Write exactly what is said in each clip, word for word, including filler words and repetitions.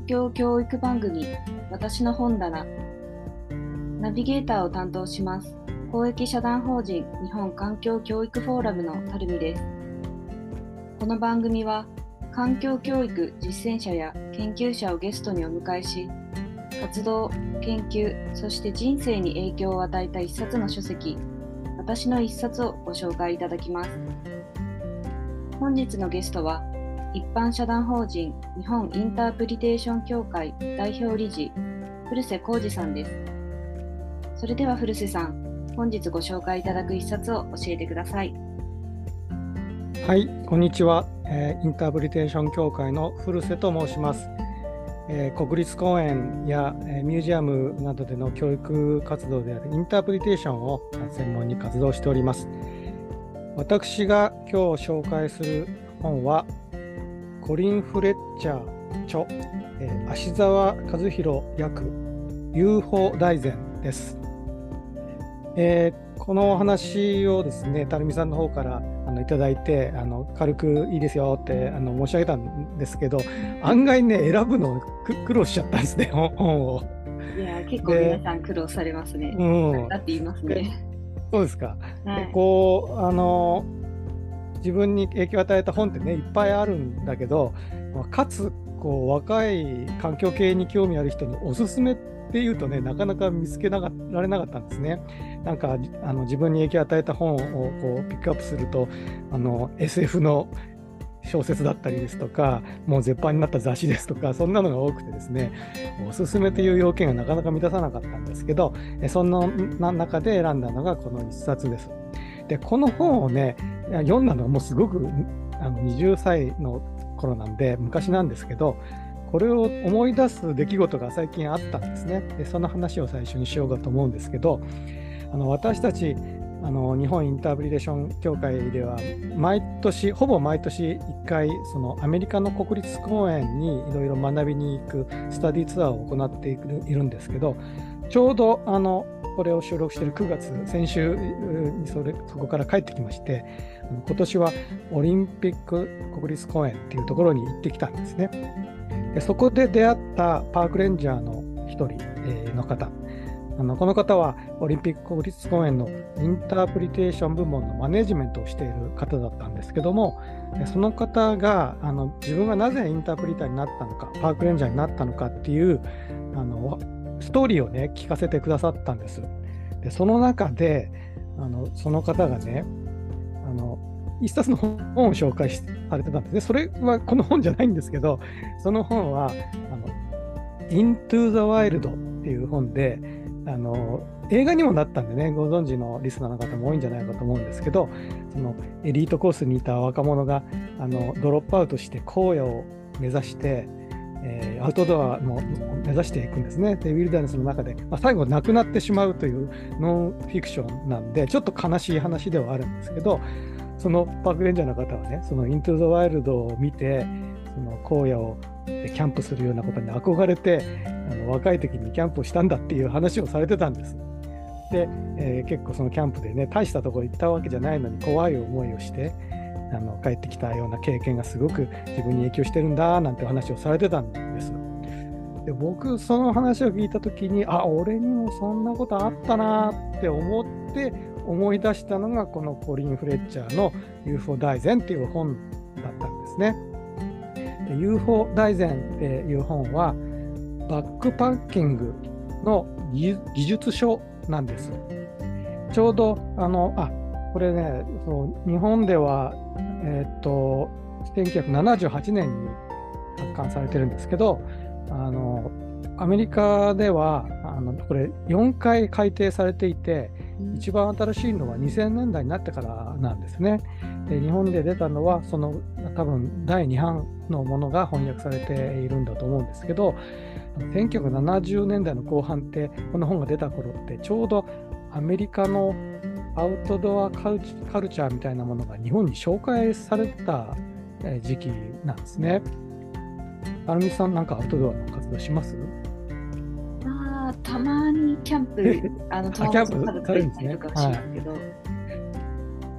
境教育番組私の本棚。ナビゲーターを担当します公益社団法人日本環境教育フォーラムのたるみです。この番組は環境教育実践者や研究者をゲストにお迎えし、活動、研究、そして人生に影響を与えた一冊の書籍、私の一冊をご紹介いただきます。本日のゲストは、一般社団法人日本インタープリテーション協会代表理事、古瀬浩二さんです。それでは古瀬さん、本日ご紹介いただく一冊を教えてください。 はい、こんにちは。えー、インタープリテーション協会の古瀬と申します。えー、国立公園や、えー、ミュージアムなどでの教育活動であるインタープリテーションを専門に活動しております。私が今日紹介する本はコリン・フレッチャー著、えー、芦沢和弘訳 ユーフォー 大全です。えー、このお話をですね、たるみさんの方からあのいただいて、あの軽くいいですよってあの申し上げたんですけど、案外ね、選ぶの苦労しちゃったんですね、本を。 いや、結構皆さん苦労されますね。 うん、 だって言いますね。 そうですか。 はい、 でこうあの自分に影響を与えた本ってね、いっぱいあるんだけど、かつこう若い環境系に興味ある人におすすめっていうとね、なかなか見つけながられなかったんですね。なんかあの自分に影響を与えた本をこうピックアップすると、あの エスエフ の小説だったりですとか、もう絶版になった雑誌ですとか、そんなのが多くてですね、おすすめという要件がなかなか満たさなかったんですけど、そんな中で選んだのがこの一冊です。で、この本をね、読んだのはもうすごくあのはたちの頃なんで、昔なんですけど、これを思い出す出来事が最近あったんですね。で、その話を最初にしようかと思うんですけど、あの私たちあの日本インタープリテーション協会では毎年ほぼ毎年いっかいそのアメリカの国立公園にいろいろ学びに行くスタディツアーを行っているいるんですけど、ちょうどあのこれを収録しているくがつ、先週にそれそこから帰ってきまして、今年はオリンピック国立公園っていうところに行ってきたんですね。でそこで出会ったパークレンジャーの一人、えー、の方、あのこの方はオリンピック国立公園のインタープリテーション部門のマネジメントをしている方だったんですけども、その方があの自分がなぜインタープリターになったのか、パークレンジャーになったのかっていうあのストーリーをね聞かせてくださったんです。でその中であのその方がね、あの一冊の本を紹介されてたんですね。それはこの本じゃないんですけど、その本はあの Into the Wild っていう本で、あの映画にもなったんでね、ご存知のリスナーの方も多いんじゃないかと思うんですけど、そのエリートコースにいた若者があのドロップアウトして荒野を目指して、えー、アウトドアも目指していくんですね。で、ウィルダネスの中で、まあ、最後亡くなってしまうというノンフィクションなんで、ちょっと悲しい話ではあるんですけど、そのパークレンジャーの方はね、そのイントゥ・ザ・ワイルドを見て、その荒野をキャンプするようなことに憧れて、あの若い時にキャンプをしたんだっていう話をされてたんです。で、えー、結構そのキャンプでね、大したところ行ったわけじゃないのに怖い思いをしてあの帰ってきたような経験がすごく自分に影響してるんだなんて話をされてたんです。で、僕その話を聞いた時に、あ、俺にもそんなことあったなって思って思い出したのがこのコリン・フレッチャーの ユーフォー 大全っていう本だったんですね。で ユーフォー 大全っていう本はバックパッキングの技術書なんです。ちょうどあのあこれね、そう日本では、えー、っとせんきゅうひゃくななじゅうはちねんに発刊されてるんですけど、あのアメリカではあのこれよんかい改訂されていて、一番新しいのはにせんねんだいになってからなんですね。で日本で出たのはその多分だいに版のものが翻訳されているんだと思うんですけど、せんきゅうひゃくななじゅうねんだいの後半ってこの本が出た頃ってちょうどアメリカのアウトドアカルチ、カルチャーみたいなものが日本に紹介された時期なんですね。アルミさん、なんかアウトドアの活動します？ あたまにキャンプ、あの友達とかと行ったりとかしますけど、はい、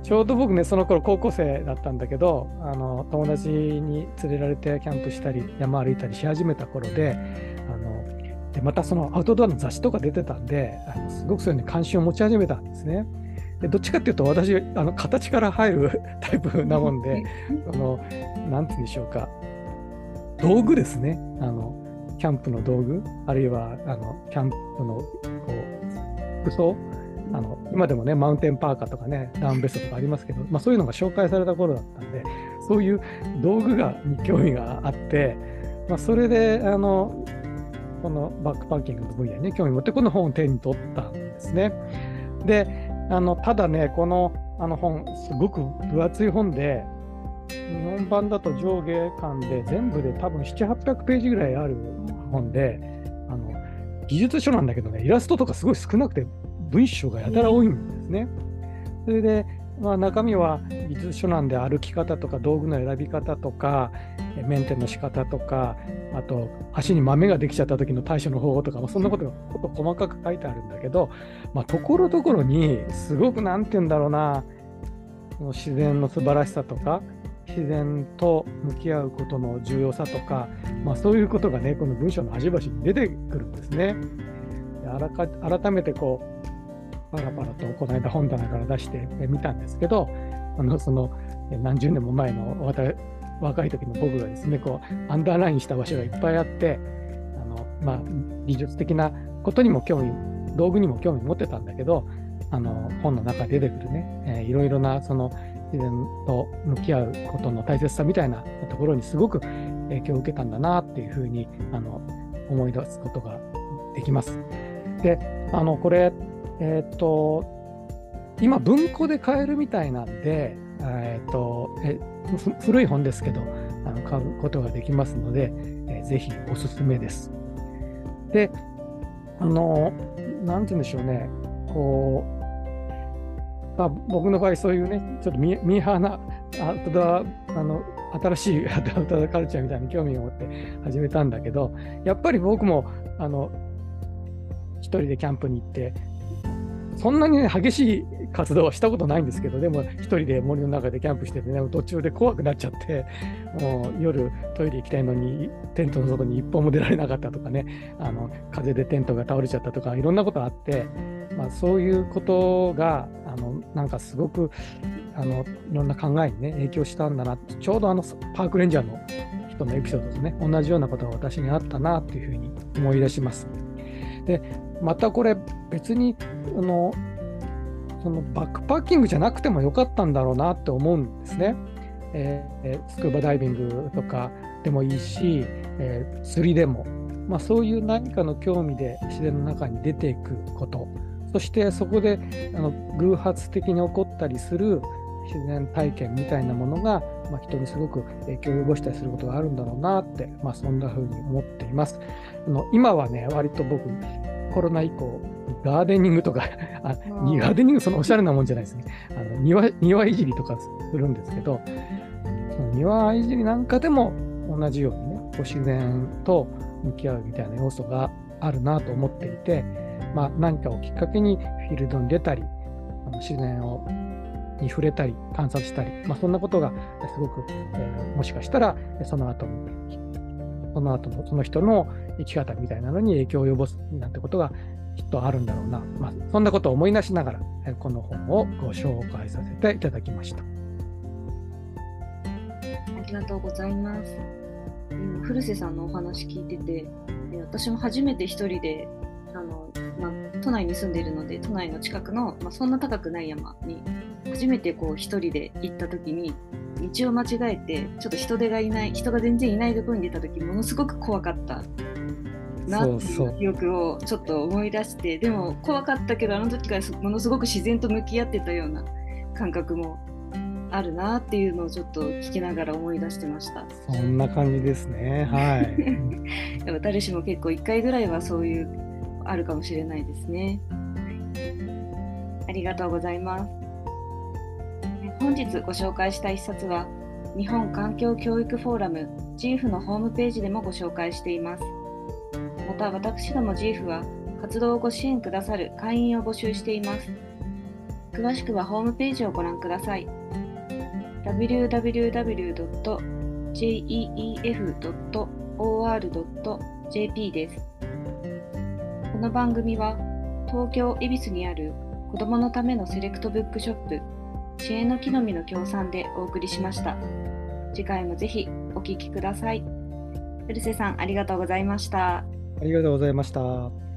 ちょうど僕ね、その頃高校生だったんだけど、あの友達に連れられてキャンプしたり、山歩いたりし始めた頃で、あのでまたそのアウトドアの雑誌とか出てたんで、あのすごくそういうのに関心を持ち始めたんですね。でどっちかっていうと、私、あの形から入るタイプなもんで、あのなんて言うんでしょうか、道具ですね、あのキャンプの道具、あるいはあのキャンプのこう服装、あの今でもね、マウンテンパーカーとかね、ダウンベストとかありますけど、まあ、そういうのが紹介された頃だったんで、そういう道具がに興味があって、まあ、それであのこのバックパッキングの分野に、ね、興味を持って、この本を手に取ったんですね。で、あのただね、このあの本、すごく分厚い本で、日本版だと上下巻で全部で多分ななひゃく、はっぴゃくページぐらいある本で、あの技術書なんだけどね、イラストとかすごい少なくて、文章がやたら多いんですね。それで、まあ、中身は技術書なんで、歩き方とか道具の選び方とか、メンテの仕方とか、あと足に豆ができちゃった時の対処の方法とか、まあ、そんなことがこと細かく書いてあるんだけど、まあ、ところどころにすごくなんて言うんだろうな、自然の素晴らしさとか、自然と向き合うことの重要さとか、まあ、そういうことがね、この文章の端々に出てくるんですね。であらか改めてこうパラパラとこの間本棚から出してみたんですけど、あのその何十年も前の若い時の僕がですね、こうアンダーラインした場所がいっぱいあって、あの、まあ、技術的なことにも興味、道具にも興味持ってたんだけど、あの本の中で出てくるね、えー、いろいろなその自然と向き合うことの大切さみたいなところにすごく影響を受けたんだなっていうふうにあの思い出すことができます。で、あのこれえっと今文庫で買えるみたいなんで、えっとえ古い本ですけど、あの買うことができますので、えー、ぜひおすすめです。で、あのなんて言うんでしょうね、こう、まあ、僕の場合そういうね、ちょっとミーハーなアウトドア、あの新しいアウトドアカルチャーみたいに興味を持って始めたんだけど、やっぱり僕もあの一人でキャンプに行って、そんなに、ね、激しい活動はしたことないんですけど、でも一人で森の中でキャンプしててね、途中で怖くなっちゃって、もう夜トイレ行きたいのにテントの外に一歩も出られなかったとかね、あの風でテントが倒れちゃったとか、いろんなことがあって、まあ、そういうことがあのなんかすごくあのいろんな考えにね影響したんだな。ちょうどあのパークレンジャーの人のエピソードとね、同じようなことが私にあったなっていうふうに思い出します。で、またこれ別にあのそのバックパッキングじゃなくてもよかったんだろうなって思うんですね。えー、スクーバダイビングとかでもいいし、えー、釣りでも、まあ、そういう何かの興味で自然の中に出ていくこと、そしてそこであの偶発的に起こったりする自然体験みたいなものが、まあ、人にすごく影響を及ぼしたりすることがあるんだろうなって、まあ、そんな風に思っています。あの今はね、割と僕コロナ以降ガーデニングとかあガーデニングそのおしゃれなもんじゃないですね。あの 庭, 庭いじりとかするんですけど、その庭いじりなんかでも同じようにね、こう自然と向き合うみたいな要素があるなと思っていて、まあ、何かをきっかけにフィールドに出たり、あの自然をに触れたり観察したり、まあ、そんなことがすごく、えー、もしかしたらその後にその後のその人の生き方みたいなのに影響を及ぼすなんてことがきっとあるんだろうな、まあ、そんなことを思い出しながらこの本をご紹介させていただきました。 ありがとうございます。今古瀬さんのお話聞いてて、私も初めて一人であの、まあ、都内に住んでいるので、都内の近くの、まあ、そんな高くない山に初めてこう一人で行った時に、道を間違えてちょっと人手がいない人が全然いないところに出た時、ものすごく怖かったなっていう記憶をちょっと思い出して、でも怖かったけどあの時からものすごく自然と向き合ってたような感覚もあるなっていうのをちょっと聞きながら思い出してました。 そんな感じですね。はい。 でも誰しも結構いっかいぐらいはそういうあるかもしれないですね。ありがとうございます。本日ご紹介した一冊は日本環境教育フォーラム ジーエフ のホームページでもご紹介しています。また私ども ジーエフ は活動をご支援くださる会員を募集しています。 詳しくはホームページをご覧ください。ダブリューダブリューダブリュードットジェイイーイーエフドットオーアールドットジェーピー です。この番組は東京恵比寿にある子どものためのセレクトブックショップ知恵の木の実の協賛でお送りしました。次回もぜひお聞きください。古瀬さん、ありがとうございました。 ありがとうございました。